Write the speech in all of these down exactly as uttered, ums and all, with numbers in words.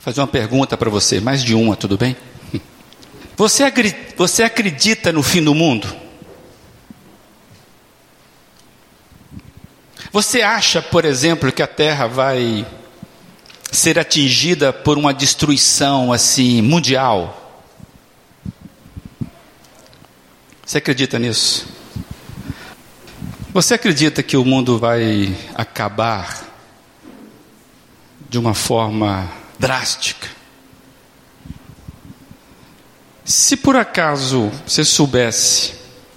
fazer uma pergunta para você, mais de uma, tudo bem? Você, você acredita no fim do mundo? Você acha, por exemplo, que a Terra vai ser atingida por uma destruição assim mundial? Você acredita nisso? Você acredita que o mundo vai acabar de uma forma drástica? Se por acaso você soubesse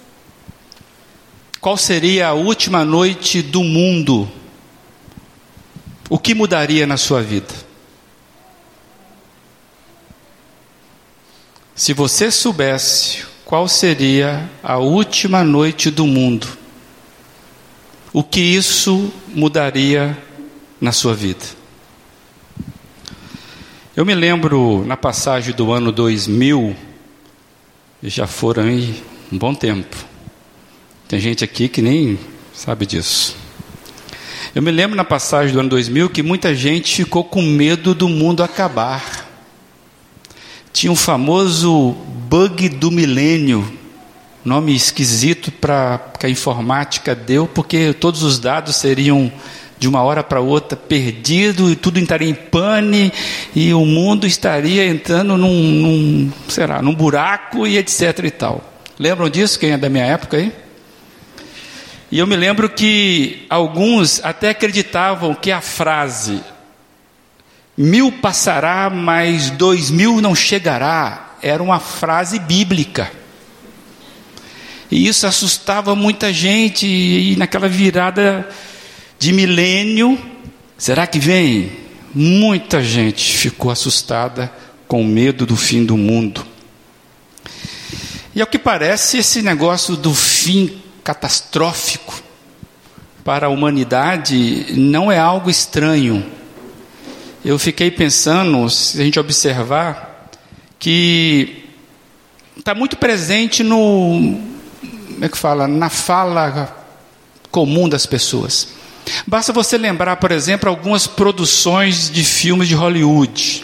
qual seria a última noite do mundo, o que mudaria na sua vida? Se você soubesse qual seria a última noite do mundo, o que isso mudaria na sua vida? Eu me lembro na passagem do ano dois mil, e já foram aí um bom tempo. Tem gente aqui que nem sabe disso. Eu me lembro na passagem do ano dois mil que muita gente ficou com medo do mundo acabar. Tinha um famoso bug do milênio, nome esquisito para que a informática deu, porque todos os dados seriam de uma hora para outra perdido, e tudo estaria em pane, e o mundo estaria entrando num, num, sei lá, num buraco e etc e tal. Lembram disso, quem é da minha época aí? E eu me lembro que alguns até acreditavam que a frase mil passará, mas dois mil não chegará, era uma frase bíblica. E isso assustava muita gente, e naquela virada de milênio, será que vem? Muita gente ficou assustada com medo do fim do mundo. E ao que parece, esse negócio do fim catastrófico para a humanidade não é algo estranho. Eu fiquei pensando, se a gente observar, que está muito presente no, como é que fala, na fala comum das pessoas. Basta você lembrar, por exemplo, algumas produções de filmes de Hollywood,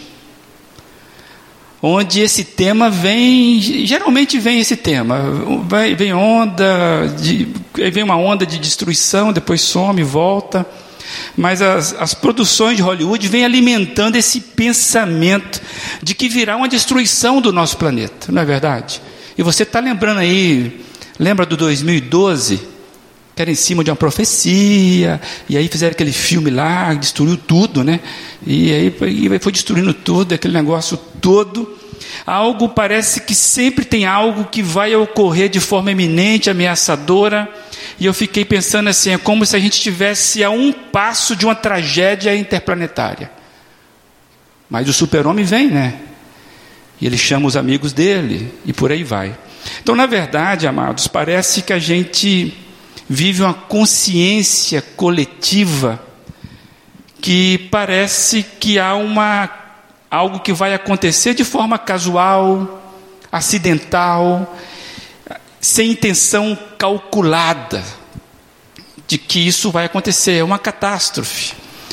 onde esse tema vem, geralmente vem esse tema, vai, vem onda, de, vem uma onda de destruição, depois some, volta, mas as, as produções de Hollywood vêm alimentando esse pensamento de que virá uma destruição do nosso planeta, não é verdade? E você está lembrando aí, lembra do dois mil e doze? Que era em cima de uma profecia, e aí fizeram aquele filme lá, destruiu tudo, né? E aí e foi destruindo tudo, aquele negócio todo. Algo parece que sempre tem algo que vai ocorrer de forma iminente, ameaçadora. E eu fiquei pensando assim, é como se a gente estivesse a um passo de uma tragédia interplanetária. Mas o super-homem vem, né? E ele chama os amigos dele, e por aí vai. Então, na verdade, amados, parece que a gente vive uma consciência coletiva que parece que há uma, algo que vai acontecer de forma casual, acidental, sem intenção calculada de que isso vai acontecer, é uma catástrofe.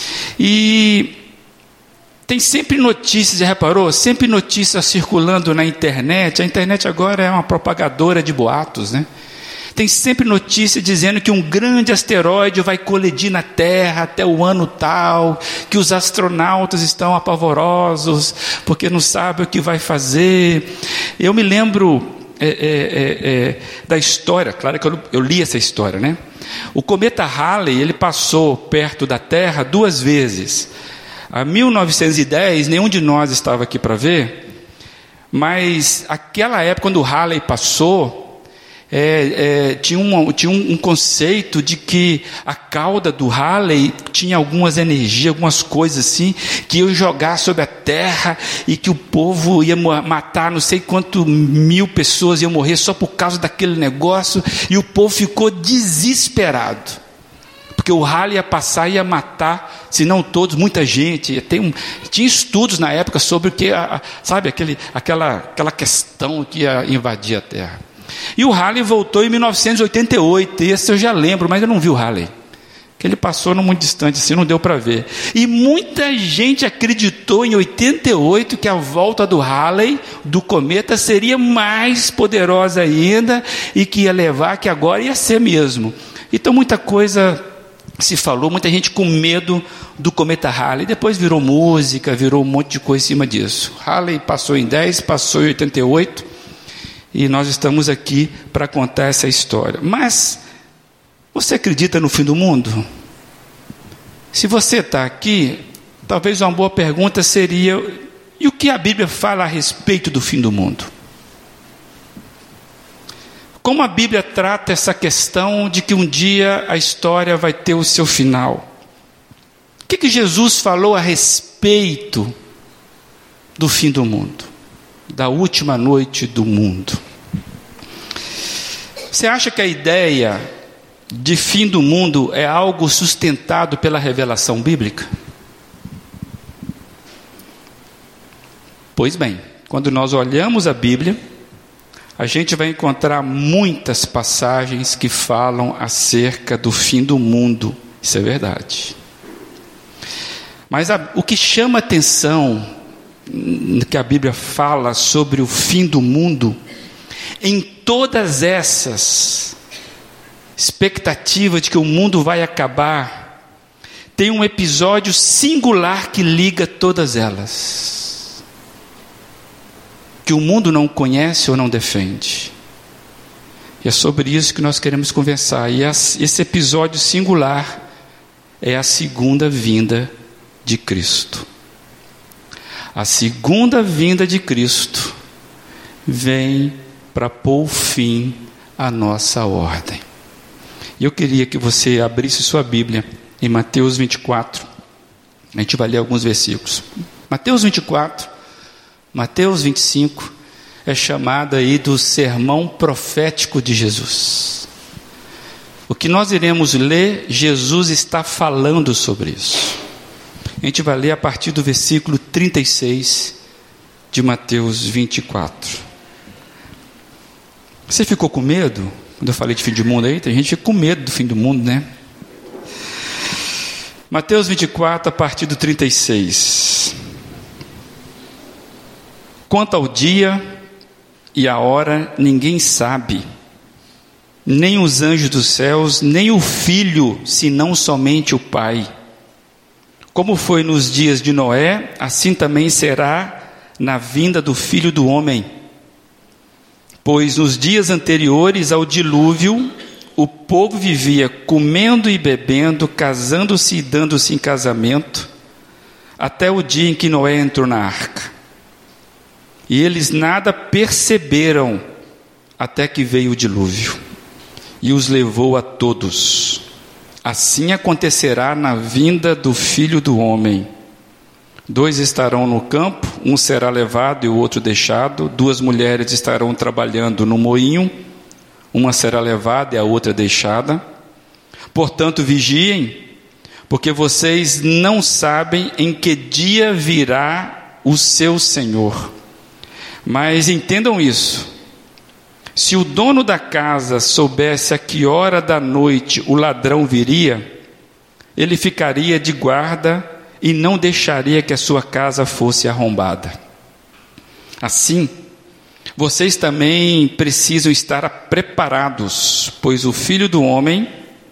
E tem sempre notícias, já reparou? Sempre notícias circulando na internet. A internet agora é uma propagadora de boatos, né? Tem sempre notícia dizendo que um grande asteroide vai colidir na Terra até o ano tal, que os astronautas estão apavorosos, porque não sabem o que vai fazer. Eu me lembro é, é, é, é, da história, claro que eu, eu li essa história, né? O cometa Halley, ele passou perto da Terra duas vezes. Em mil novecentos e dez, nenhum de nós estava aqui para ver, mas aquela época, quando o Halley passou, É, é, tinha, um, tinha um, um conceito de que a cauda do Halley tinha algumas energias, algumas coisas assim, que ia jogar sobre a terra e que o povo ia matar não sei quanto mil pessoas, iam morrer só por causa daquele negócio, e o povo ficou desesperado, porque o Halley ia passar e ia matar, se não todos, muita gente. Tem um, tinha estudos na época sobre o que, a, a, sabe, aquele, aquela, aquela questão que ia invadir a terra. E o Halley voltou em mil novecentos e oitenta e oito, esse eu já lembro, mas eu não vi o Halley. que ele passou não muito distante, assim, não deu para ver. E muita gente acreditou em oitenta e oito que a volta do Halley, do cometa, seria mais poderosa ainda e que ia levar, que agora ia ser mesmo. Então muita coisa se falou, muita gente com medo do cometa Halley. Depois virou música, virou um monte de coisa em cima disso. Halley passou em dez, passou em oitenta e oito, e nós estamos aqui para contar essa história. Mas você acredita no fim do mundo? Se você está aqui, talvez uma boa pergunta seria: e o que a Bíblia fala a respeito do fim do mundo? Como a Bíblia trata essa questão de que um dia a história vai ter o seu final? O que, que Jesus falou a respeito do fim do mundo? Da última noite do mundo? Você acha que a ideia de fim do mundo é algo sustentado pela revelação bíblica? Pois bem, quando nós olhamos a Bíblia, a gente vai encontrar muitas passagens que falam acerca do fim do mundo. Isso é verdade. Mas a, o que chama atenção no que a Bíblia fala sobre o fim do mundo, em todas essas expectativas de que o mundo vai acabar, tem um episódio singular que liga todas elas, que o mundo não conhece ou não defende. E é sobre isso que nós queremos conversar. E esse episódio singular é a segunda vinda de Cristo. A segunda vinda de Cristo vem para pôr fim à nossa ordem. E eu queria que você abrisse sua Bíblia em Mateus vinte e quatro. A gente vai ler alguns versículos. Mateus vinte e quatro, Mateus vinte e cinco é chamada aí do sermão profético de Jesus. O que nós iremos ler, Jesus está falando sobre isso. A gente vai ler a partir do versículo trinta e seis de Mateus vinte e quatro. Você ficou com medo quando eu falei de fim do mundo aí? Tem gente que fica com medo do fim do mundo, né? Mateus vinte e quatro, a partir do trinta e seis. Quanto ao dia e a hora, ninguém sabe, nem os anjos dos céus, nem o Filho, senão somente o Pai. Como foi nos dias de Noé, assim também será na vinda do Filho do Homem. Pois nos dias anteriores ao dilúvio, o povo vivia comendo e bebendo, casando-se e dando-se em casamento, até o dia em que Noé entrou na arca. E eles nada perceberam até que veio o dilúvio e os levou a todos. Assim acontecerá na vinda do Filho do Homem. Dois estarão no campo, um será levado e o outro deixado. Duas mulheres estarão trabalhando no moinho, uma será levada e a outra deixada. Portanto, vigiem, porque vocês não sabem em que dia virá o seu Senhor. Mas entendam isso: se o dono da casa soubesse a que hora da noite o ladrão viria, ele ficaria de guarda e não deixaria que a sua casa fosse arrombada. Assim, vocês também precisam estar preparados, pois o Filho do Homem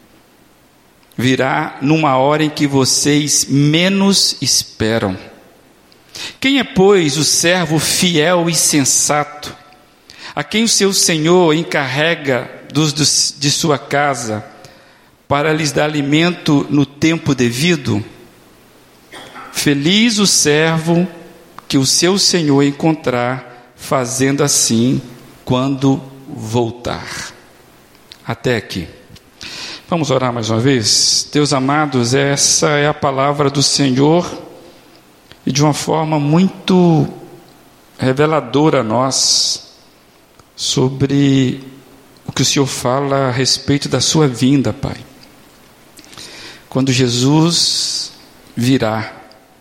virá numa hora em que vocês menos esperam. Quem é, pois, o servo fiel e sensato, a quem o seu Senhor encarrega dos, dos, de sua casa, para lhes dar alimento no tempo devido? Feliz o servo que o seu Senhor encontrar fazendo assim quando voltar. Até aqui. Vamos orar mais uma vez? Deus amados, essa é a palavra do Senhor, e de uma forma muito reveladora a nós, sobre o que o Senhor fala a respeito da sua vinda, Pai. Quando Jesus virá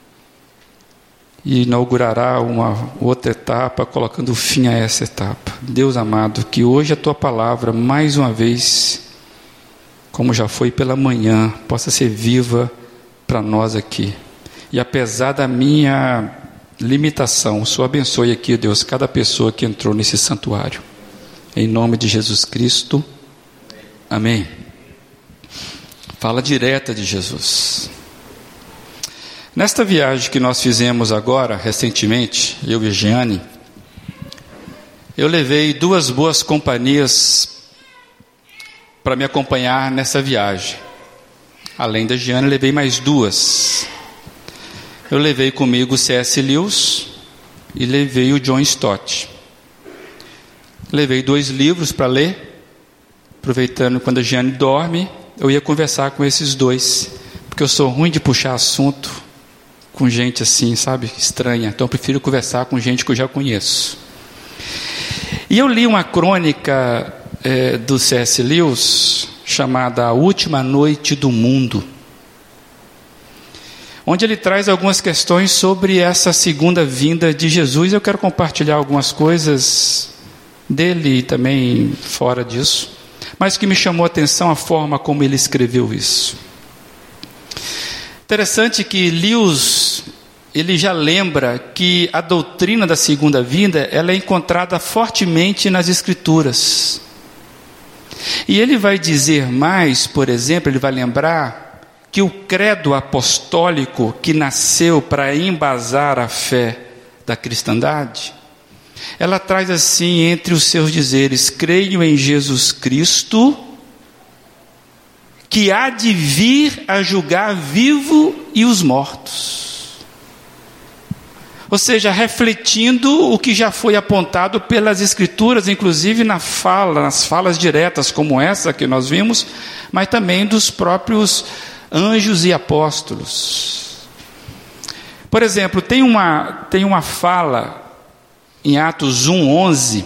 e inaugurará uma outra etapa, colocando fim a essa etapa. Deus amado, que hoje a Tua palavra, mais uma vez, como já foi pela manhã, possa ser viva para nós aqui. E apesar da minha limitação, o Senhor abençoe aqui, Deus, cada pessoa que entrou nesse santuário. Em nome de Jesus Cristo. Amém. Fala direta de Jesus. Nesta viagem que nós fizemos agora, recentemente, eu e a Giane, eu levei duas boas companhias para me acompanhar nessa viagem. Além da Giane, levei mais duas. Eu levei comigo o C S Lewis e levei o John Stott. Levei dois livros para ler, aproveitando quando a Giane dorme, eu ia conversar com esses dois, porque eu sou ruim de puxar assunto com gente assim, sabe, estranha. Então eu prefiro conversar com gente que eu já conheço. E eu li uma crônica é, do C S Lewis, chamada A Última Noite do Mundo, onde ele traz algumas questões sobre essa segunda vinda de Jesus. Eu quero compartilhar algumas coisas dele e também fora disso, mas que me chamou a atenção a forma como ele escreveu isso. Interessante que Lewis, ele já lembra que a doutrina da segunda vinda, ela é encontrada fortemente nas Escrituras. E ele vai dizer mais, por exemplo, ele vai lembrar que o credo apostólico que nasceu para embasar a fé da cristandade, ela traz assim entre os seus dizeres: creio em Jesus Cristo, que há de vir a julgar vivo e os mortos. Ou seja, refletindo o que já foi apontado pelas Escrituras, inclusive na fala, nas falas diretas como essa que nós vimos, mas também dos próprios anjos e apóstolos. Por exemplo, tem uma, tem uma fala em Atos um, onze,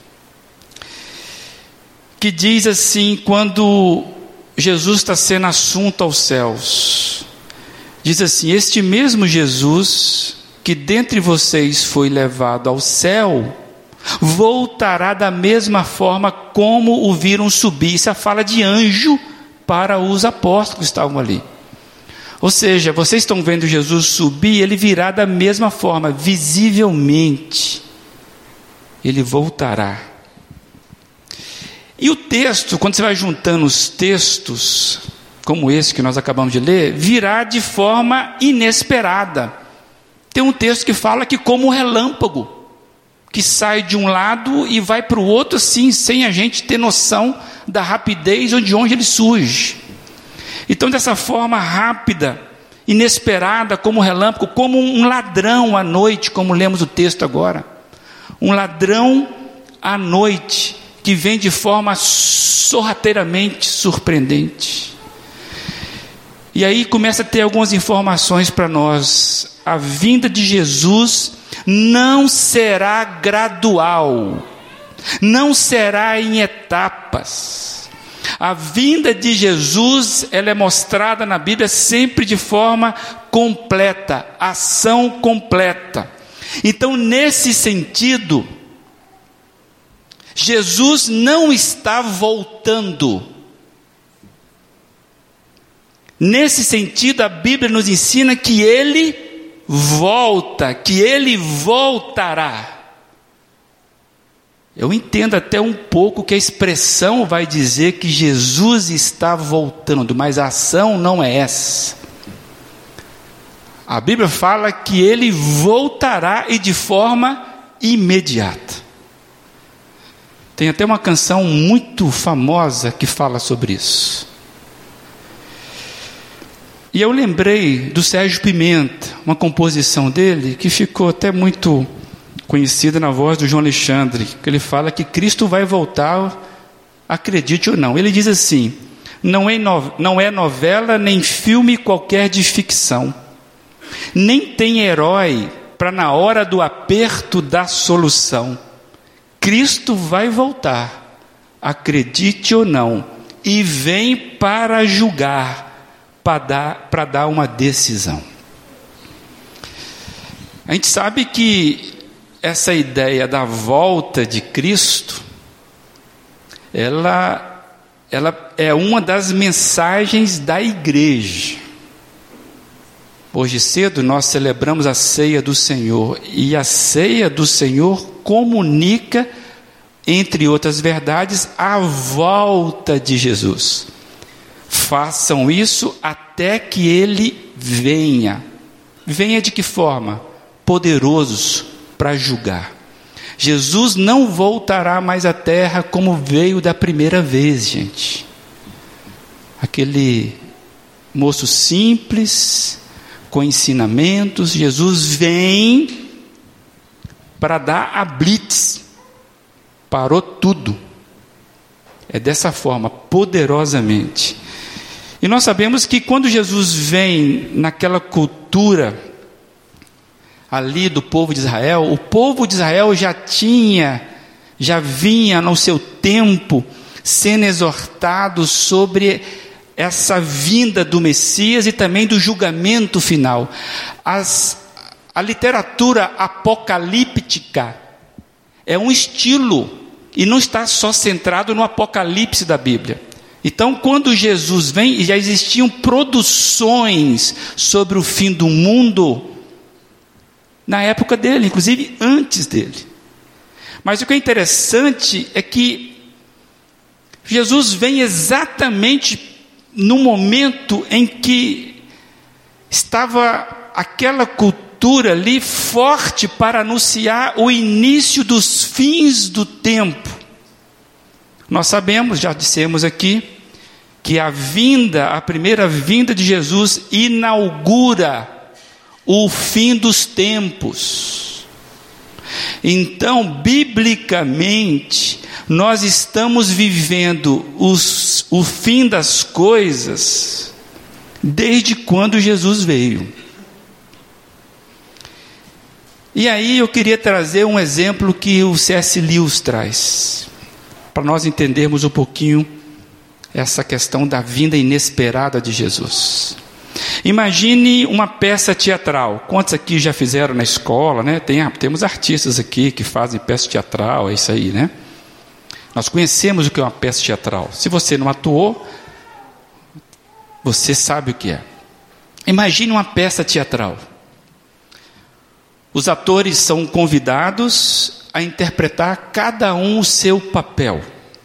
que diz assim, quando Jesus está sendo assunto aos céus, diz assim: este mesmo Jesus que dentre vocês foi levado ao céu, voltará da mesma forma como o viram subir. Isso é a fala de anjo para os apóstolos que estavam ali. Ou seja, vocês estão vendo Jesus subir, ele virá da mesma forma, visivelmente. Ele voltará. E o texto, quando você vai juntando os textos, como esse que nós acabamos de ler, virá de forma inesperada. Tem um texto que fala que como um relâmpago, que sai de um lado e vai para o outro, assim, sem a gente ter noção da rapidez ou de onde ele surge. Então, dessa forma rápida, inesperada, como um relâmpago, como um ladrão à noite, como lemos o texto agora. Um ladrão à noite, que vem de forma sorrateiramente surpreendente. E aí começa a ter algumas informações para nós. A vinda de Jesus não será gradual, não será em etapas. A vinda de Jesus, ela é mostrada na Bíblia sempre de forma completa, ação completa. Então, nesse sentido, Jesus não está voltando. Nesse sentido, a Bíblia nos ensina que Ele volta, que Ele voltará. Eu entendo até um pouco que a expressão vai dizer que Jesus está voltando, mas a ação não é essa. A Bíblia fala que Ele voltará e de forma imediata. Tem até uma canção muito famosa que fala sobre isso. E eu lembrei do Sérgio Pimenta, uma composição dele que ficou até muito conhecida na voz do João Alexandre, que ele fala que Cristo vai voltar, acredite ou não. Ele diz assim: não é, no, não é novela nem filme qualquer de ficção, nem tem herói para na hora do aperto dar solução. Cristo vai voltar, acredite ou não, e vem para julgar, para dar, para dar uma decisão. A gente sabe que essa ideia da volta de Cristo, ela ela é uma das mensagens da igreja. Hoje cedo nós celebramos a ceia do Senhor, e a ceia do Senhor comunica, entre outras verdades, a volta de Jesus. Façam isso até que Ele venha. Venha de que forma? Poderoso para julgar. Jesus não voltará mais à terra como veio da primeira vez, gente. Aquele moço simples, com ensinamentos. Jesus vem para dar a blitz. Parou tudo. É dessa forma, poderosamente. E nós sabemos que quando Jesus vem naquela cultura ali do povo de Israel, o povo de Israel já tinha, já vinha no seu tempo sendo exortado sobre essa vinda do Messias e também do julgamento final. As, a literatura apocalíptica é um estilo e não está só centrado no Apocalipse da Bíblia. Então, quando Jesus vem, já existiam produções sobre o fim do mundo na época dele, inclusive antes dele. Mas o que é interessante é que Jesus vem exatamente no momento em que estava aquela cultura ali forte para anunciar o início dos fins do tempo. Nós sabemos, já dissemos aqui, que a vinda, a primeira vinda de Jesus inaugura o fim dos tempos. Então, biblicamente, nós estamos vivendo os, o fim das coisas desde quando Jesus veio. E aí eu queria trazer um exemplo que o C S Lewis traz, para nós entendermos um pouquinho essa questão da vinda inesperada de Jesus. Imagine uma peça teatral. Quantos aqui já fizeram na escola, né? Tem, temos artistas aqui que fazem peça teatral, é isso aí, né? Nós conhecemos o que é uma peça teatral. Se você não atuou, você sabe o que é. Imagine uma peça teatral. Os atores são convidados a interpretar cada um o seu papel.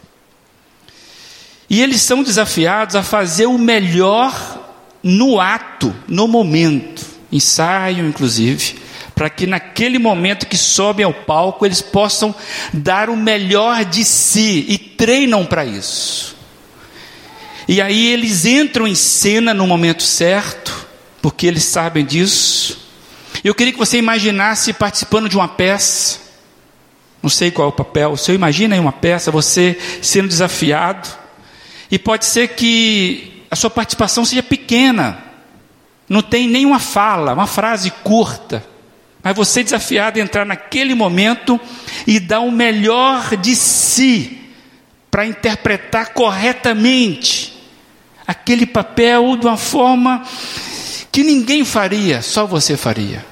E eles são desafiados a fazer o melhor no ato, no momento. Ensaiam, inclusive, para que naquele momento que sobem ao palco, eles possam dar o melhor de si, e treinam para isso. E aí eles entram em cena no momento certo, porque eles sabem disso. Eu queria que você imaginasse participando de uma peça. Não sei qual é o papel. Você imagina aí uma peça, você sendo desafiado. E pode ser que a sua participação seja pequena. Não tem nenhuma fala, uma frase curta. Mas você é desafiado a entrar naquele momento e dar o melhor de si para interpretar corretamente aquele papel de uma forma que ninguém faria, só você faria.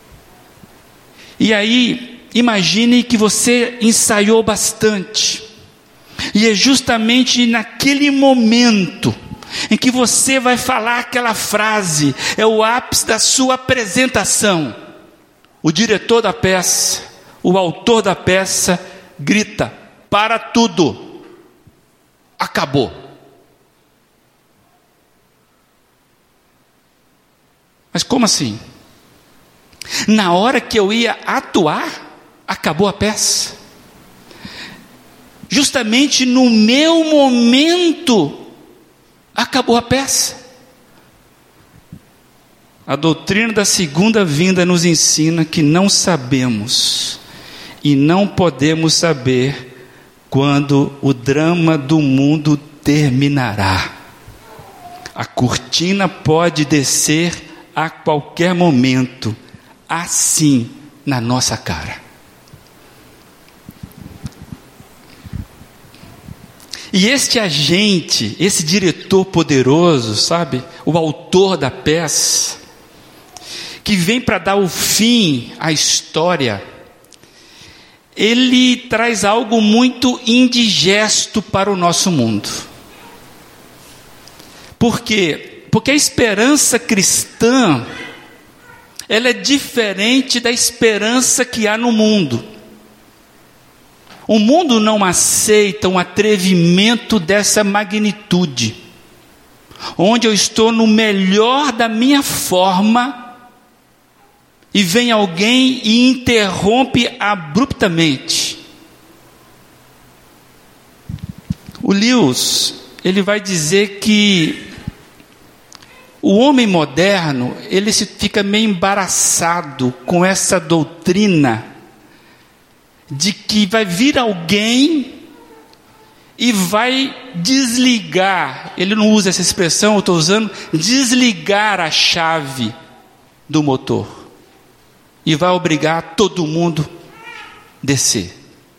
E aí, imagine que você ensaiou bastante. E é justamente naquele momento em que você vai falar aquela frase, é o ápice da sua apresentação. O diretor da peça, o autor da peça, grita: para tudo, acabou. Mas como assim? Na hora que eu ia atuar, acabou a peça. Justamente no meu momento, acabou a peça. A doutrina da segunda vinda nos ensina que não sabemos e não podemos saber quando o drama do mundo terminará. A cortina pode descer a qualquer momento, assim na nossa cara. E este agente, esse diretor poderoso, sabe, o autor da peça, que vem para dar o fim à história, ele traz algo muito indigesto para o nosso mundo. Por quê? Porque a esperança cristã, ela é diferente da esperança que há no mundo. O mundo não aceita um atrevimento dessa magnitude, onde eu estou no melhor da minha forma, e vem alguém e interrompe abruptamente. O Lewis, ele vai dizer que o homem moderno, ele se fica meio embaraçado com essa doutrina de que vai vir alguém e vai desligar, ele não usa essa expressão, eu estou usando, desligar a chave do motor. E vai obrigar todo mundo a descer.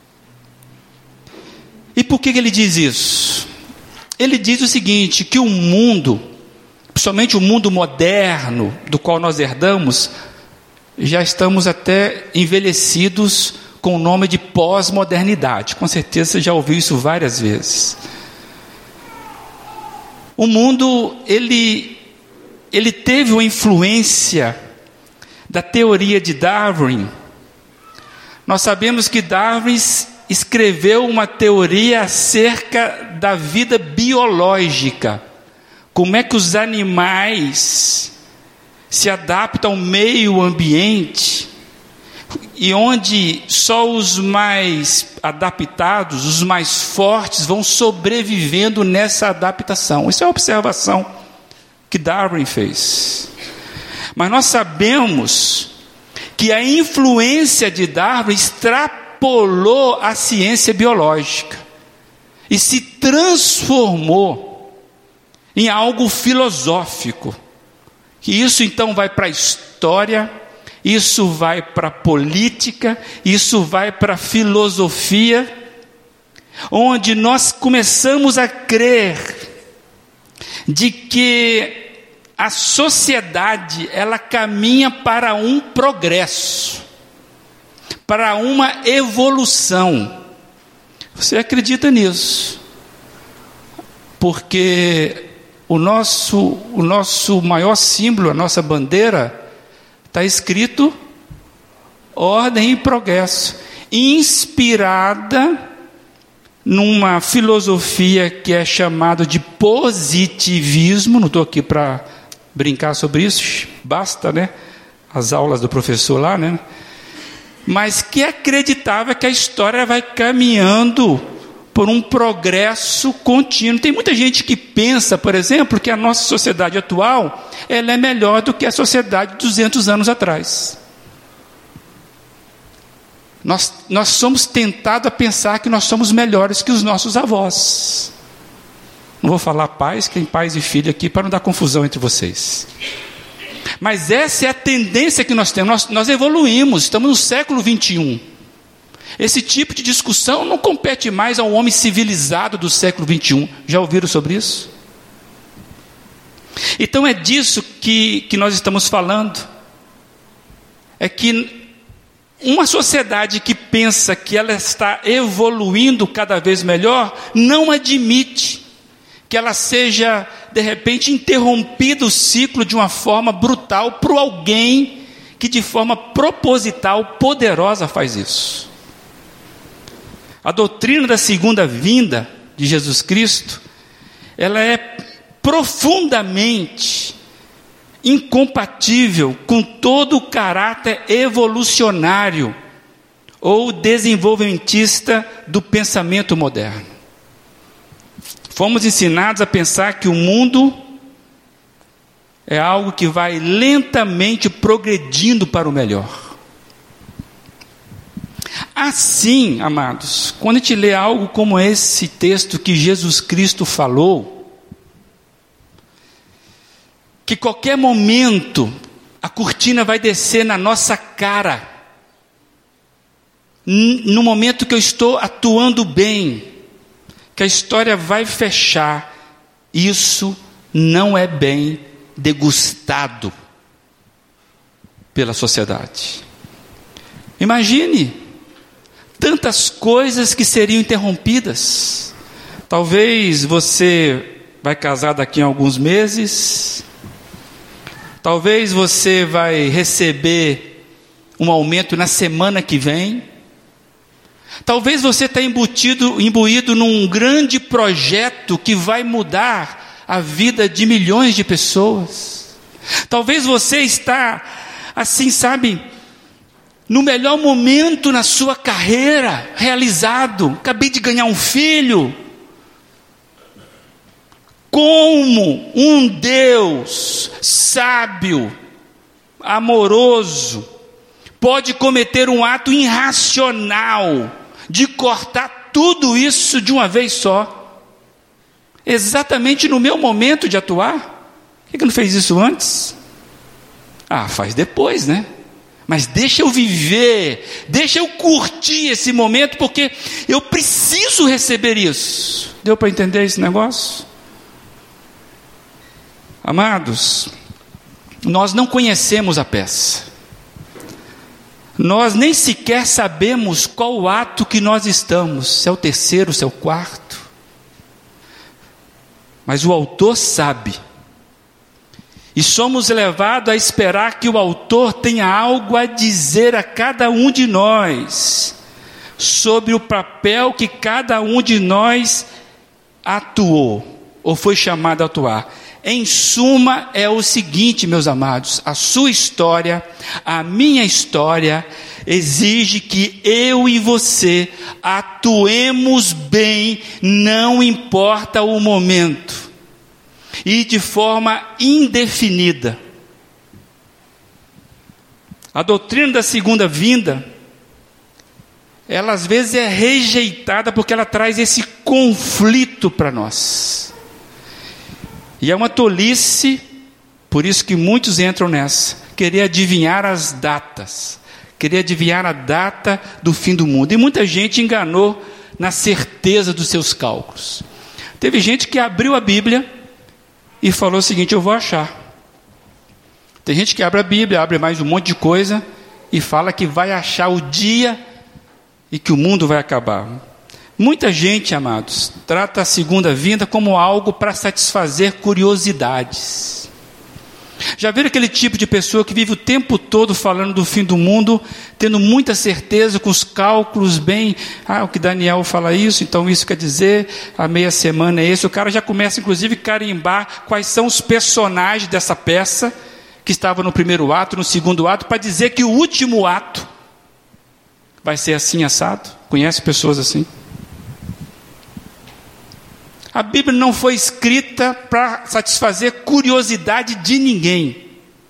E por que ele diz isso? Ele diz o seguinte, que o mundo, principalmente o mundo moderno, do qual nós herdamos, já estamos até envelhecidos com o nome de pós-modernidade. Com certeza você já ouviu isso várias vezes. O mundo, ele, ele teve uma influência da teoria de Darwin. Nós sabemos que Darwin escreveu uma teoria acerca da vida biológica. Como é que os animais se adaptam ao meio ambiente, e onde só os mais adaptados, os mais fortes, vão sobrevivendo nessa adaptação. Isso é a observação que Darwin fez. Mas nós sabemos que a influência de Darwin extrapolou a ciência biológica e se transformou em algo filosófico. E isso então vai para a história, isso vai para a política, isso vai para a filosofia, onde nós começamos a crer de que a sociedade, ela caminha para um progresso, para uma evolução. Você acredita nisso? Porque o nosso, o nosso maior símbolo, a nossa bandeira, está escrito ordem e progresso, inspirada numa filosofia que é chamada de positivismo. Não estou aqui para brincar sobre isso, basta, né? As aulas do professor lá, né? Mas que acreditava que a história vai caminhando por um progresso contínuo. Tem muita gente que pensa, por exemplo, que a nossa sociedade atual, ela é melhor do que a sociedade de duzentos anos atrás. Nós, nós somos tentados a pensar que nós somos melhores que os nossos avós. Não vou falar pais, que tem pais e filhos aqui, para não dar confusão entre vocês. Mas essa é a tendência que nós temos. Nós, nós evoluímos, estamos no século vinte e um. Esse tipo de discussão não compete mais ao homem civilizado do século vinte e um. Já ouviram sobre isso? Então é disso que, que nós estamos falando. É que uma sociedade que pensa que ela está evoluindo cada vez melhor, não admite que ela seja, de repente, interrompido o ciclo de uma forma brutal por alguém que de forma proposital, poderosa, faz isso. A doutrina da segunda vinda de Jesus Cristo, ela é profundamente incompatível com todo o caráter evolucionário ou desenvolvimentista do pensamento moderno. Fomos ensinados a pensar que o mundo é algo que vai lentamente progredindo para o melhor. Assim, amados, quando a gente lê algo como esse texto que Jesus Cristo falou, que qualquer momento a cortina vai descer na nossa cara, no momento que eu estou atuando bem, que a história vai fechar, isso não é bem degustado pela sociedade. Imagine tantas coisas que seriam interrompidas. Talvez você vai casar daqui a alguns meses. Talvez você vai receber um aumento na semana que vem. Talvez você está embutido, imbuído num grande projeto que vai mudar a vida de milhões de pessoas. Talvez você está, assim, sabe, no melhor momento na sua carreira, realizado. Acabei de ganhar um filho. Como um Deus sábio, amoroso, pode cometer um ato irracional de cortar tudo isso de uma vez só, exatamente no meu momento de atuar? Por que não fez isso antes? Ah, faz depois, né? Mas deixa eu viver, deixa eu curtir esse momento, porque eu preciso receber isso. Deu para entender esse negócio? Amados, nós não conhecemos a peça. Nós nem sequer sabemos qual o ato que nós estamos, se é o terceiro, se é o quarto. Mas o autor sabe. E somos levados a esperar que o autor tenha algo a dizer a cada um de nós, sobre o papel que cada um de nós atuou, ou foi chamado a atuar. Em suma, é o seguinte, meus amados: a sua história, a minha história, exige que eu e você atuemos bem, não importa o momento, e de forma indefinida. A doutrina da segunda vinda, ela às vezes é rejeitada porque ela traz esse conflito para nós. E é uma tolice, por isso que muitos entram nessa, querer adivinhar as datas, querer adivinhar a data do fim do mundo. E muita gente enganou na certeza dos seus cálculos. Teve gente que abriu a Bíblia e falou o seguinte: eu vou achar. Tem gente que abre a Bíblia, abre mais um monte de coisa e fala que vai achar o dia e que o mundo vai acabar. Muita gente, amados, trata a segunda vinda como algo para satisfazer curiosidades. Já viram aquele tipo de pessoa que vive o tempo todo falando do fim do mundo, tendo muita certeza, com os cálculos bem, ah, o que Daniel fala isso, então isso quer dizer, a meia semana é esse. O cara já começa inclusive a carimbar quais são os personagens dessa peça, que estava no primeiro ato, no segundo ato, para dizer que o último ato vai ser assim assado. Conhece pessoas assim? A Bíblia não foi escrita para satisfazer curiosidade de ninguém.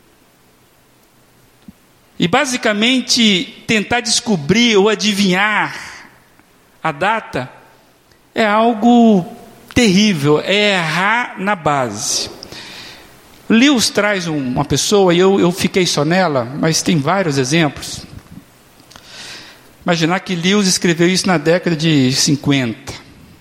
E basicamente tentar descobrir ou adivinhar a data é algo terrível, é errar na base. Lewis traz uma pessoa, e eu, eu fiquei só nela, mas tem vários exemplos. Imaginar que Lewis escreveu isso na década de cinquenta.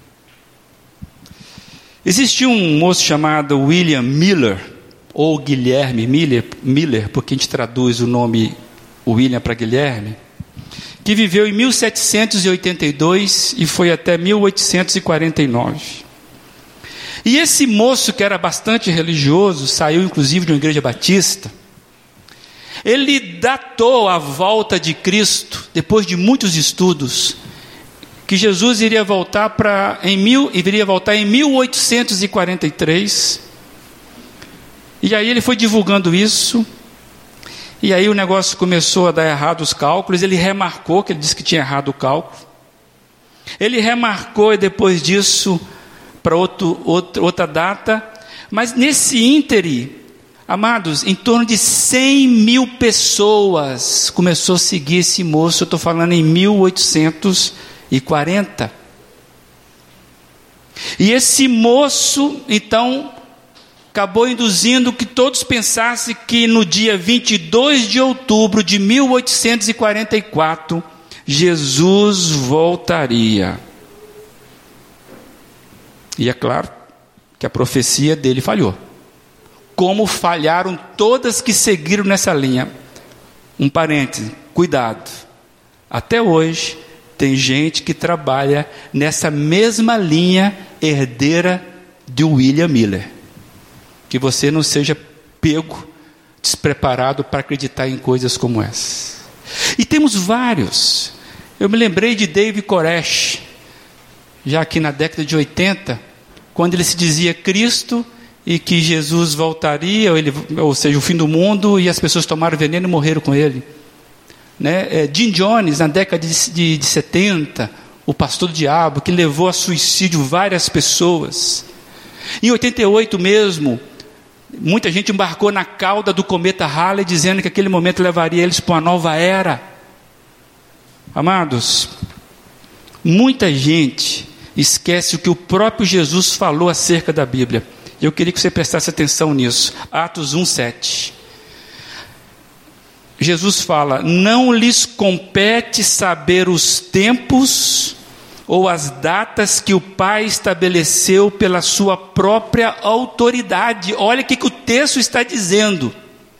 Existia um moço chamado William Miller, ou Guilherme Miller, Miller, porque a gente traduz o nome William para Guilherme, que viveu em mil setecentos e oitenta e dois e foi até mil oitocentos e quarenta e nove. E esse moço, que era bastante religioso, saiu inclusive de uma igreja batista, ele datou a volta de Cristo, depois de muitos estudos, que Jesus iria voltar para em mil, iria voltar em mil oitocentos e quarenta e três. E aí ele foi divulgando isso, e aí o negócio começou a dar errado os cálculos. Ele remarcou, que ele disse que tinha errado o cálculo. Ele remarcou, e depois disso para outro, outro, outra data. Mas nesse íntere, amados, em torno de cem mil pessoas começou a seguir esse moço. Eu estou falando em mil oitocentos e quarenta. E esse moço, então, acabou induzindo que todos pensassem que no dia vinte e dois de outubro de mil oitocentos e quarenta e quatro, Jesus voltaria. E é claro que a profecia dele falhou. Como falharam todas que seguiram nessa linha. Um parêntese, cuidado. Até hoje, tem gente que trabalha nessa mesma linha herdeira de William Miller. Que você não seja pego, despreparado para acreditar em coisas como essas. E temos vários. Eu me lembrei de David Koresh, já aqui na década de oitenta, quando ele se dizia Cristo e que Jesus voltaria, ou, ele, ou seja, o fim do mundo, e as pessoas tomaram veneno e morreram com ele. Né? É, Jim Jones, na década de, de, de setenta, o pastor do diabo, que levou a suicídio várias pessoas. Em oitenta e oito mesmo, muita gente embarcou na cauda do cometa Halley, dizendo que aquele momento levaria eles para uma nova era. Amados, muita gente esquece o que o próprio Jesus falou acerca da Bíblia. Eu queria que você prestasse atenção nisso. Atos um, sete. Jesus fala: não lhes compete saber os tempos ou as datas que o Pai estabeleceu pela sua própria autoridade. Olha o que, que o texto está dizendo.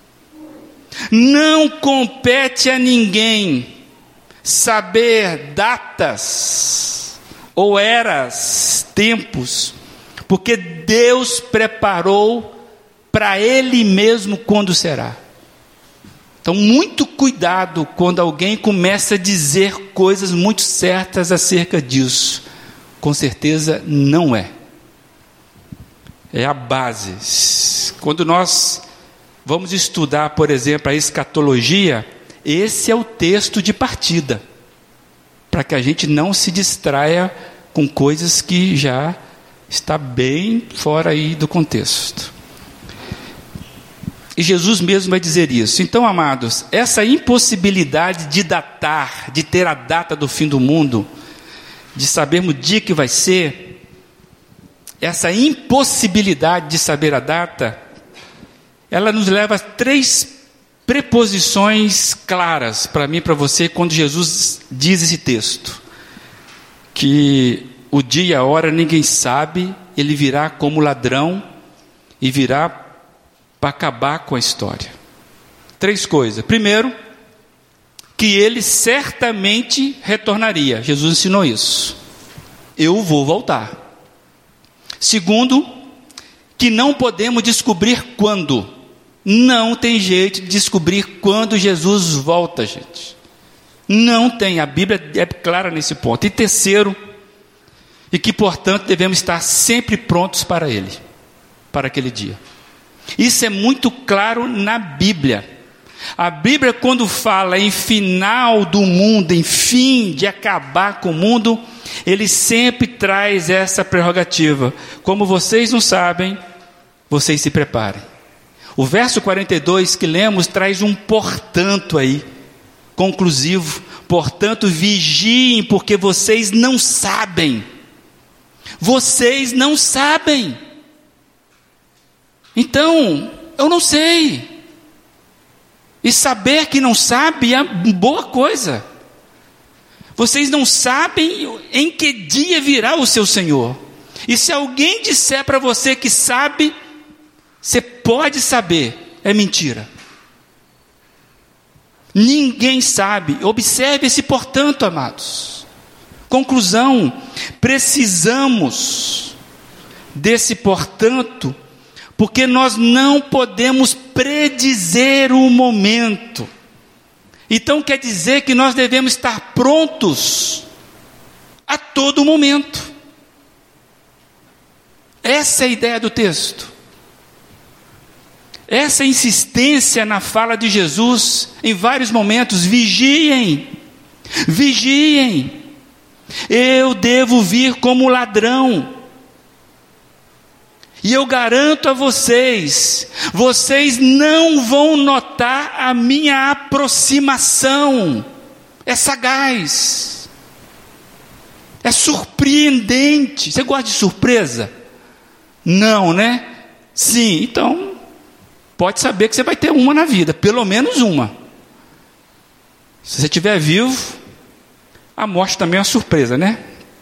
Não compete a ninguém saber datas ou eras, tempos, porque Deus preparou para Ele mesmo quando será. Então, muito cuidado quando alguém começa a dizer coisas muito certas acerca disso. Com certeza não é. É a base. Quando nós vamos estudar, por exemplo, a escatologia, esse é o texto de partida, para que a gente não se distraia com coisas que já está bem fora aí do contexto. E Jesus mesmo vai dizer isso. Então, amados, essa impossibilidade de datar, de ter a data do fim do mundo, de sabermos o dia que vai ser, essa impossibilidade de saber a data, ela nos leva a três preposições claras para mim e para você quando Jesus diz esse texto. Que o dia e a hora ninguém sabe, ele virá como ladrão e virá para acabar com a história. Três coisas. Primeiro, que ele certamente retornaria. Jesus ensinou isso. Eu vou voltar. Segundo, que não podemos descobrir quando. Não tem jeito de descobrir quando Jesus volta, gente. Não tem. A Bíblia é clara nesse ponto. E terceiro, e que portanto devemos estar sempre prontos para Ele, para aquele dia. Isso é muito claro na Bíblia. A Bíblia, quando fala em final do mundo, em fim de acabar com o mundo, ele sempre traz essa prerrogativa. Como vocês não sabem, vocês se preparem. O verso quarenta e dois que lemos traz um portanto aí, conclusivo. Portanto, vigiem, porque vocês não sabem. Vocês não sabem. Então, eu não sei. E saber que não sabe é boa coisa. Vocês não sabem em que dia virá o seu Senhor. E se alguém disser para você que sabe, você pode saber, é mentira. Ninguém sabe. Observe esse portanto, amados. Conclusão, precisamos desse portanto, porque nós não podemos predizer o momento. Então quer dizer que nós devemos estar prontos a todo momento. Essa é a ideia do texto. Essa insistência na fala de Jesus em vários momentos. Vigiem, vigiem. Eu devo vir como ladrão. E eu garanto a vocês, vocês não vão notar a minha aproximação. É sagaz. É surpreendente. Você gosta de surpresa? Não, né? Sim, então pode saber que você vai ter uma na vida, pelo menos uma. Se você estiver vivo, a morte também é uma surpresa, né?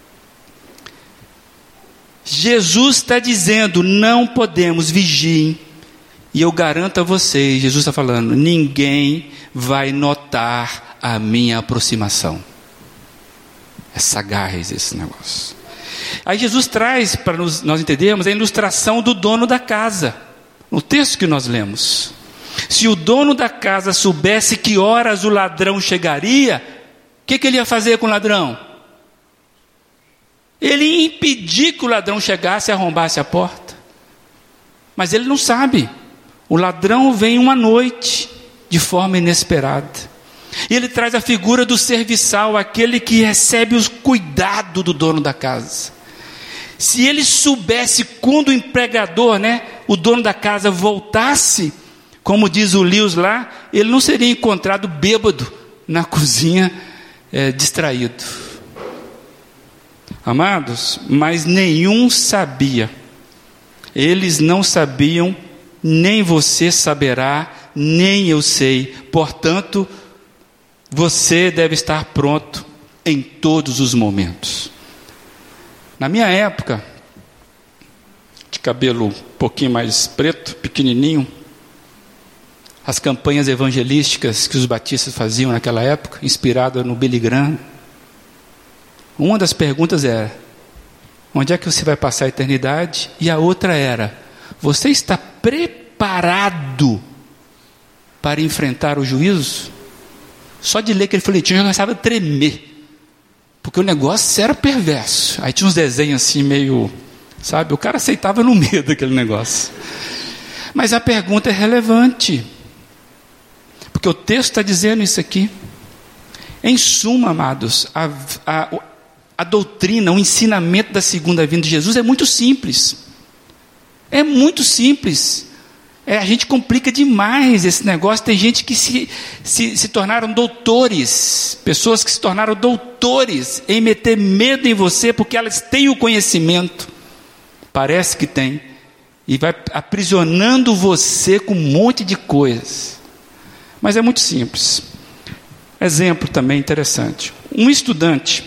Jesus está dizendo, não podemos, vigiem. E eu garanto a vocês, Jesus está falando, ninguém vai notar a minha aproximação. É sagaz esse negócio. Aí Jesus traz, para nos, nós entendermos, a ilustração do dono da casa, no texto que nós lemos. Se o dono da casa soubesse que horas o ladrão chegaria, o que, que ele ia fazer com o ladrão? Ele ia impedir que o ladrão chegasse e arrombasse a porta. Mas ele não sabe. O ladrão vem uma noite, de forma inesperada. E ele traz a figura do serviçal, aquele que recebe o cuidado do dono da casa. Se ele soubesse quando o empregador, né, o dono da casa voltasse, como diz o Lewis lá, ele não seria encontrado bêbado na cozinha, é, distraído. Amados, mas nenhum sabia. Eles não sabiam, nem você saberá, nem eu sei. Portanto, você deve estar pronto em todos os momentos. Na minha época, de cabelo um pouquinho mais preto, pequenininho, as campanhas evangelísticas que os batistas faziam naquela época, inspirada no Billy Graham, uma das perguntas era: onde é que você vai passar a eternidade? E a outra era: você está preparado para enfrentar o juízo? Só de ler aquele folhetinho já começava a tremer, porque o negócio era perverso. Aí tinha uns desenhos assim meio, sabe, o cara aceitava no medo daquele negócio. Mas a pergunta é relevante, porque o texto está dizendo isso aqui. Em suma, amados, a, a, a doutrina, o ensinamento da segunda vinda de Jesus é muito simples. É muito simples. É, a gente complica demais esse negócio. Tem gente que se, se, se tornaram doutores, pessoas que se tornaram doutores em meter medo em você, porque elas têm o conhecimento, parece que tem, e vai aprisionando você com um monte de coisas. Mas é muito simples. Exemplo também interessante: um estudante,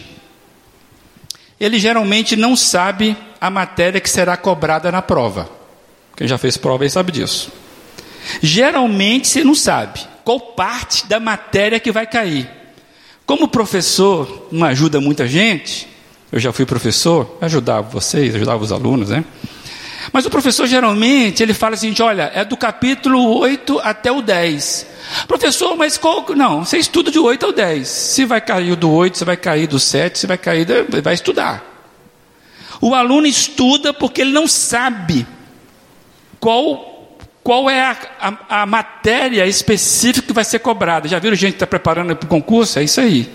ele geralmente não sabe a matéria que será cobrada na prova. Quem já fez prova aí sabe disso. Geralmente você não sabe qual parte da matéria que vai cair. Como o professor não ajuda muita gente, eu já fui professor, ajudava vocês, ajudava os alunos, né? Mas o professor geralmente, ele fala assim: olha, é do capítulo oito até o dez. Professor, mas qual... Não, você estuda de oito ao dez. Se vai cair do oito, se vai cair do sete, se vai cair, do... vai estudar. O aluno estuda porque ele não sabe qual, qual é a, a, a matéria específica que vai ser cobrada. Já viram gente que está preparando para o concurso? É isso aí.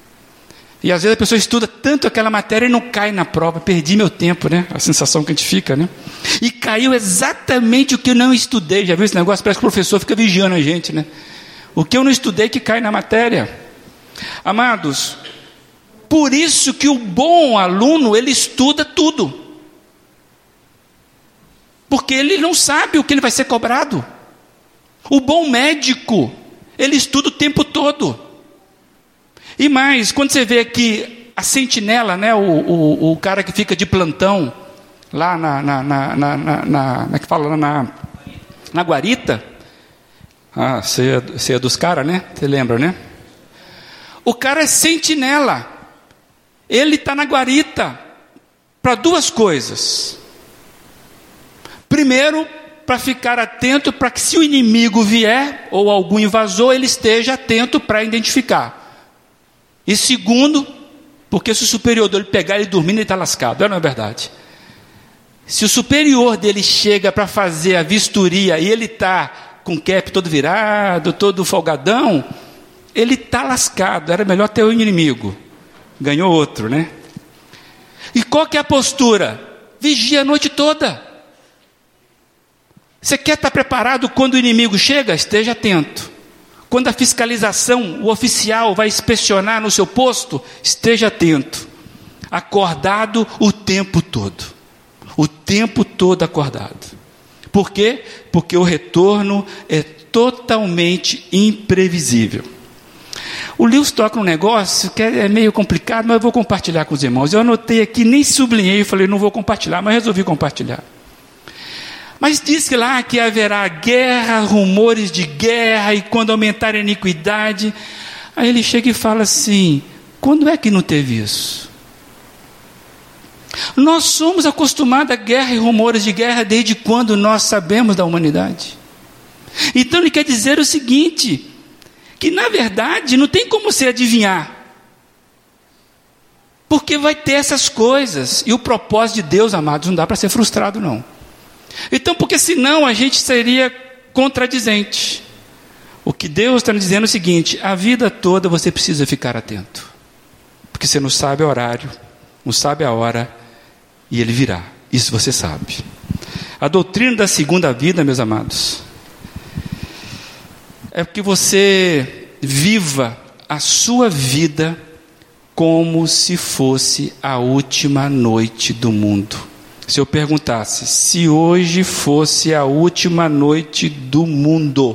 E às vezes a pessoa estuda tanto aquela matéria e não cai na prova. Perdi meu tempo, né? A sensação que a gente fica, né? E caiu exatamente o que eu não estudei. Já viu esse negócio? Parece que o professor fica vigiando a gente, né? O que eu não estudei que cai na matéria. Amados, por isso que o bom aluno, ele estuda tudo. Porque ele não sabe o que ele vai ser cobrado. O bom médico, ele estuda o tempo todo. E mais, quando você vê que a sentinela, né, o, o, o cara que fica de plantão, lá na, na, na, na, na, na como é que fala, na, na guarita, ah, você é, você é dos caras, né? Você lembra, né? O cara é sentinela. Ele está na guarita para duas coisas. Primeiro, para ficar atento para que, se o inimigo vier, ou algum invasor, ele esteja atento para identificar. E segundo, porque se o superior dele pegar ele dormindo, ele está lascado. Não é verdade? Se o superior dele chega para fazer a vistoria e ele está com o cap todo virado, todo folgadão, ele está lascado. Era melhor ter um inimigo. Ganhou outro, né? E qual que é a postura? Vigia a noite toda. Você quer estar preparado quando o inimigo chega? Esteja atento. Quando a fiscalização, o oficial vai inspecionar no seu posto, esteja atento. Acordado o tempo todo. O tempo todo acordado. Por quê? Porque o retorno é totalmente imprevisível. O Lewis toca um negócio que é meio complicado, mas eu vou compartilhar com os irmãos. Eu anotei aqui, nem sublinhei, falei, não vou compartilhar, mas resolvi compartilhar. Mas diz que lá que haverá guerra, rumores de guerra, e quando aumentar a iniquidade. Aí ele chega e fala assim: quando é que não teve isso? Nós somos acostumados a guerra e rumores de guerra desde quando nós sabemos da humanidade. Então ele quer dizer o seguinte, que na verdade não tem como você adivinhar. Porque vai ter essas coisas. E o propósito de Deus, amados, não dá para ser frustrado, não. Então, porque senão a gente seria contradizente. O que Deus está nos dizendo é o seguinte: a vida toda você precisa ficar atento. Porque você não sabe o horário, não sabe a hora, e Ele virá. Isso você sabe. A doutrina da segunda vida, meus amados, é que você viva a sua vida como se fosse a última noite do mundo. Se eu perguntasse, se hoje fosse a última noite do mundo,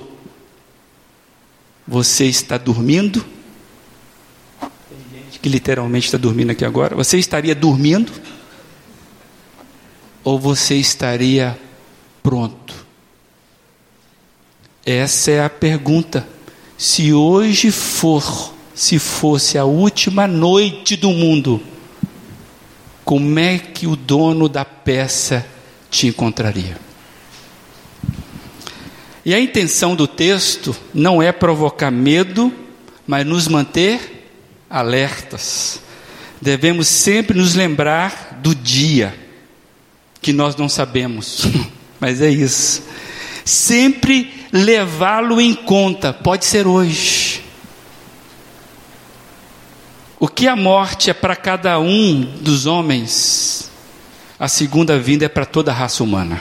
você está dormindo? Tem gente que literalmente está dormindo aqui agora. Você estaria dormindo? Ou você estaria pronto? Essa é a pergunta. Se hoje for, se fosse a última noite do mundo, como é que o dono da peça te encontraria? E a intenção do texto não é provocar medo, mas nos manter alertas. Devemos sempre nos lembrar do dia, que nós não sabemos, mas é isso. Sempre levá-lo em conta, pode ser hoje. O que a morte é para cada um dos homens, a segunda vinda é para toda a raça humana.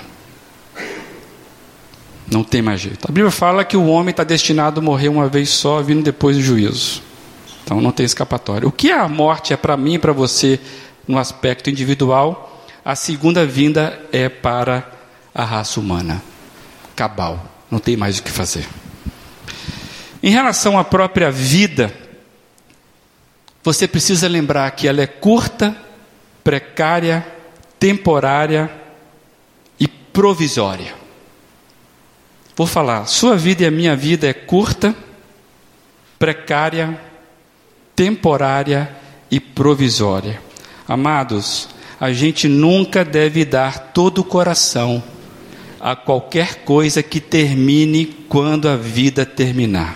Não tem mais jeito. A Bíblia fala que o homem está destinado a morrer uma vez só, vindo depois do juízo. Então não tem escapatória. O que a morte é para mim e para você no aspecto individual, a segunda vinda é para a raça humana. Cabal. Não tem mais o que fazer. Em relação à própria vida, você precisa lembrar que ela é curta, precária, temporária e provisória. Vou falar, sua vida e a minha vida é curta, precária, temporária e provisória. Amados, a gente nunca deve dar todo o coração a qualquer coisa que termine quando a vida terminar.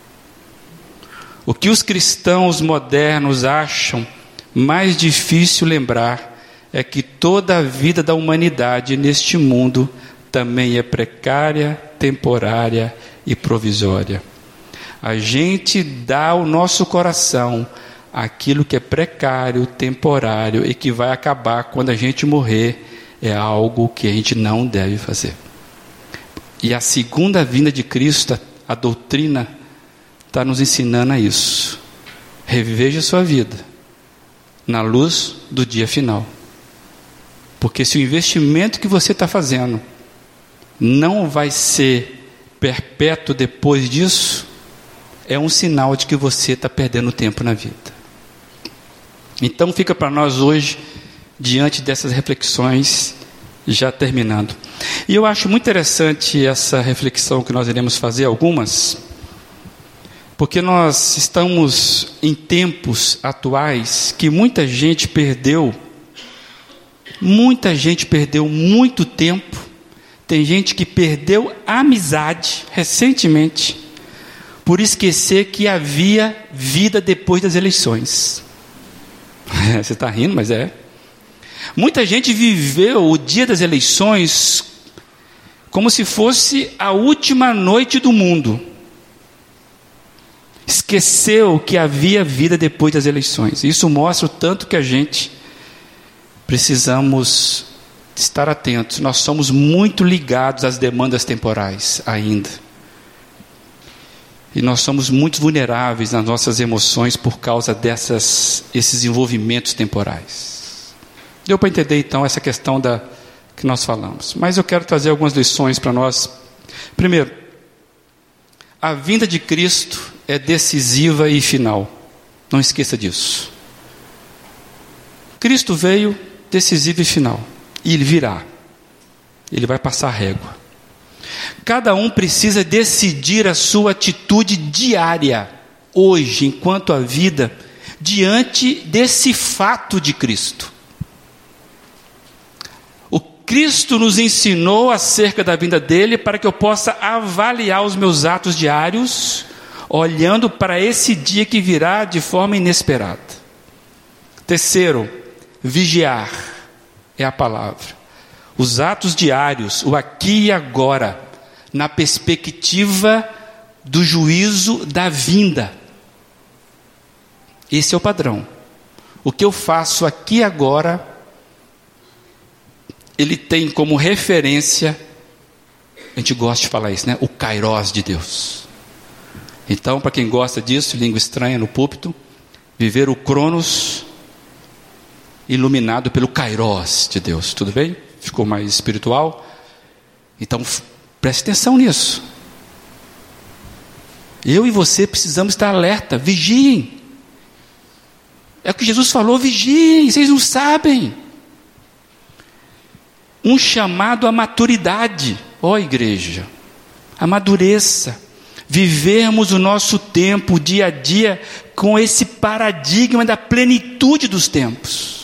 O que os cristãos modernos acham mais difícil lembrar é que toda a vida da humanidade neste mundo também é precária, temporária e provisória. A gente dá ao nosso coração aquilo que é precário, temporário e que vai acabar quando a gente morrer, é algo que a gente não deve fazer. E a segunda vinda de Cristo, a doutrina, está nos ensinando a isso. Reveja a sua vida na luz do dia final. Porque se o investimento que você está fazendo não vai ser perpétuo depois disso, é um sinal de que você está perdendo tempo na vida. Então fica para nós hoje, diante dessas reflexões, já terminando. E eu acho muito interessante essa reflexão que nós iremos fazer, algumas, porque nós estamos em tempos atuais que muita gente perdeu, muita gente perdeu muito tempo. Tem gente que perdeu a amizade recentemente por esquecer que havia vida depois das eleições. Você está rindo, mas é. Muita gente viveu o dia das eleições como se fosse a última noite do mundo. Esqueceu que havia vida depois das eleições. Isso mostra o tanto que a gente precisamos estar atentos. Nós somos muito ligados às demandas temporais ainda. E nós somos muito vulneráveis nas nossas emoções por causa dessas, esses envolvimentos temporais. Deu para entender então essa questão da, que nós falamos. Mas eu quero trazer algumas lições para nós. Primeiro, a vinda de Cristo é decisiva e final. Não esqueça disso. Cristo veio decisivo e final. E Ele virá. Ele vai passar a régua. Cada um precisa decidir a sua atitude diária, hoje, enquanto a vida, diante desse fato de Cristo. Cristo nos ensinou acerca da vinda dele para que eu possa avaliar os meus atos diários, olhando para esse dia que virá de forma inesperada. Terceiro, vigiar é a palavra. Os atos diários, o aqui e agora, na perspectiva do juízo da vinda. Esse é o padrão. O que eu faço aqui e agora, ele tem como referência, a gente gosta de falar isso, né? O Kairos de Deus. Então, para quem gosta disso, língua estranha no púlpito, viver o Cronos iluminado pelo Kairos de Deus. Tudo bem? Ficou mais espiritual? Então, preste atenção nisso. Eu e você precisamos estar alerta, vigiem. É o que Jesus falou, vigiem, vocês não sabem. Um chamado à maturidade. Ó igreja, amadureça. Vivermos o nosso tempo, o dia a dia, com esse paradigma da plenitude dos tempos.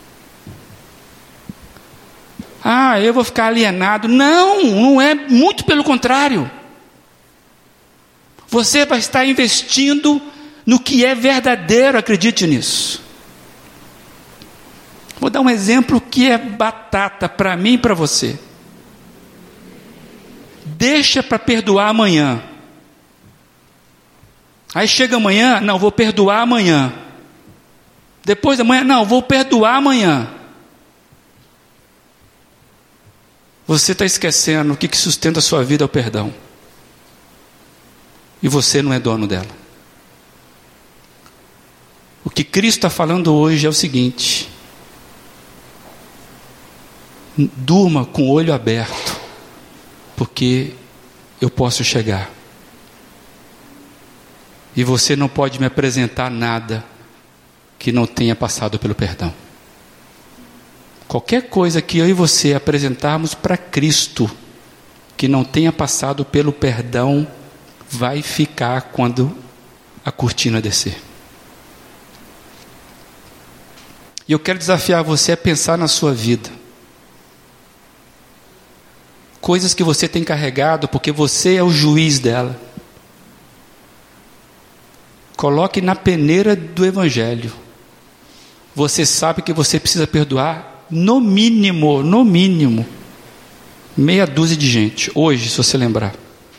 Ah, eu vou ficar alienado. Não, não é, muito pelo contrário. Você vai estar investindo no que é verdadeiro, acredite nisso. Vou dar um exemplo que é batata para mim e para você. Deixa para perdoar amanhã. Aí chega amanhã, não, vou perdoar amanhã. Depois da manhã, não, vou perdoar amanhã. Você está esquecendo o que sustenta a sua vida é o perdão. E você não é dono dela. O que Cristo está falando hoje é o seguinte: durma com o olho aberto, porque eu posso chegar. E você não pode me apresentar nada que não tenha passado pelo perdão. Qualquer coisa que eu e você apresentarmos para Cristo, que não tenha passado pelo perdão, vai ficar quando a cortina descer. E eu quero desafiar você a pensar na sua vida. Coisas que você tem carregado, porque você é o juiz dela. Coloque na peneira do Evangelho. Você sabe que você precisa perdoar, no mínimo, no mínimo, meia dúzia de gente, hoje, se você lembrar.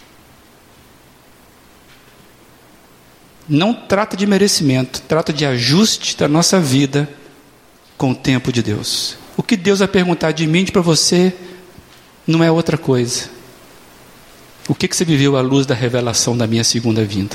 Não trata de merecimento, trata de ajuste da nossa vida com o tempo de Deus. O que Deus vai perguntar de mim e para você não é outra coisa. O que, que você viveu à luz da revelação da minha segunda vinda?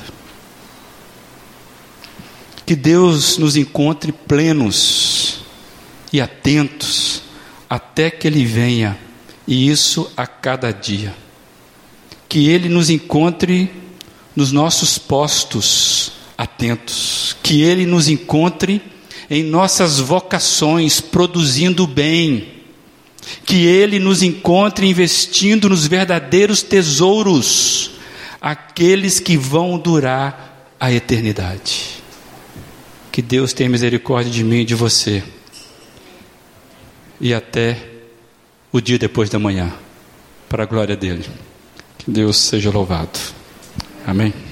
Que Deus nos encontre plenos e atentos até que Ele venha, e isso a cada dia. Que Ele nos encontre nos nossos postos atentos, que Ele nos encontre em nossas vocações produzindo bem, que Ele nos encontre investindo nos verdadeiros tesouros, aqueles que vão durar a eternidade. Que Deus tenha misericórdia de mim e de você, e até o dia depois da manhã, para a glória dele. Que Deus seja louvado. Amém.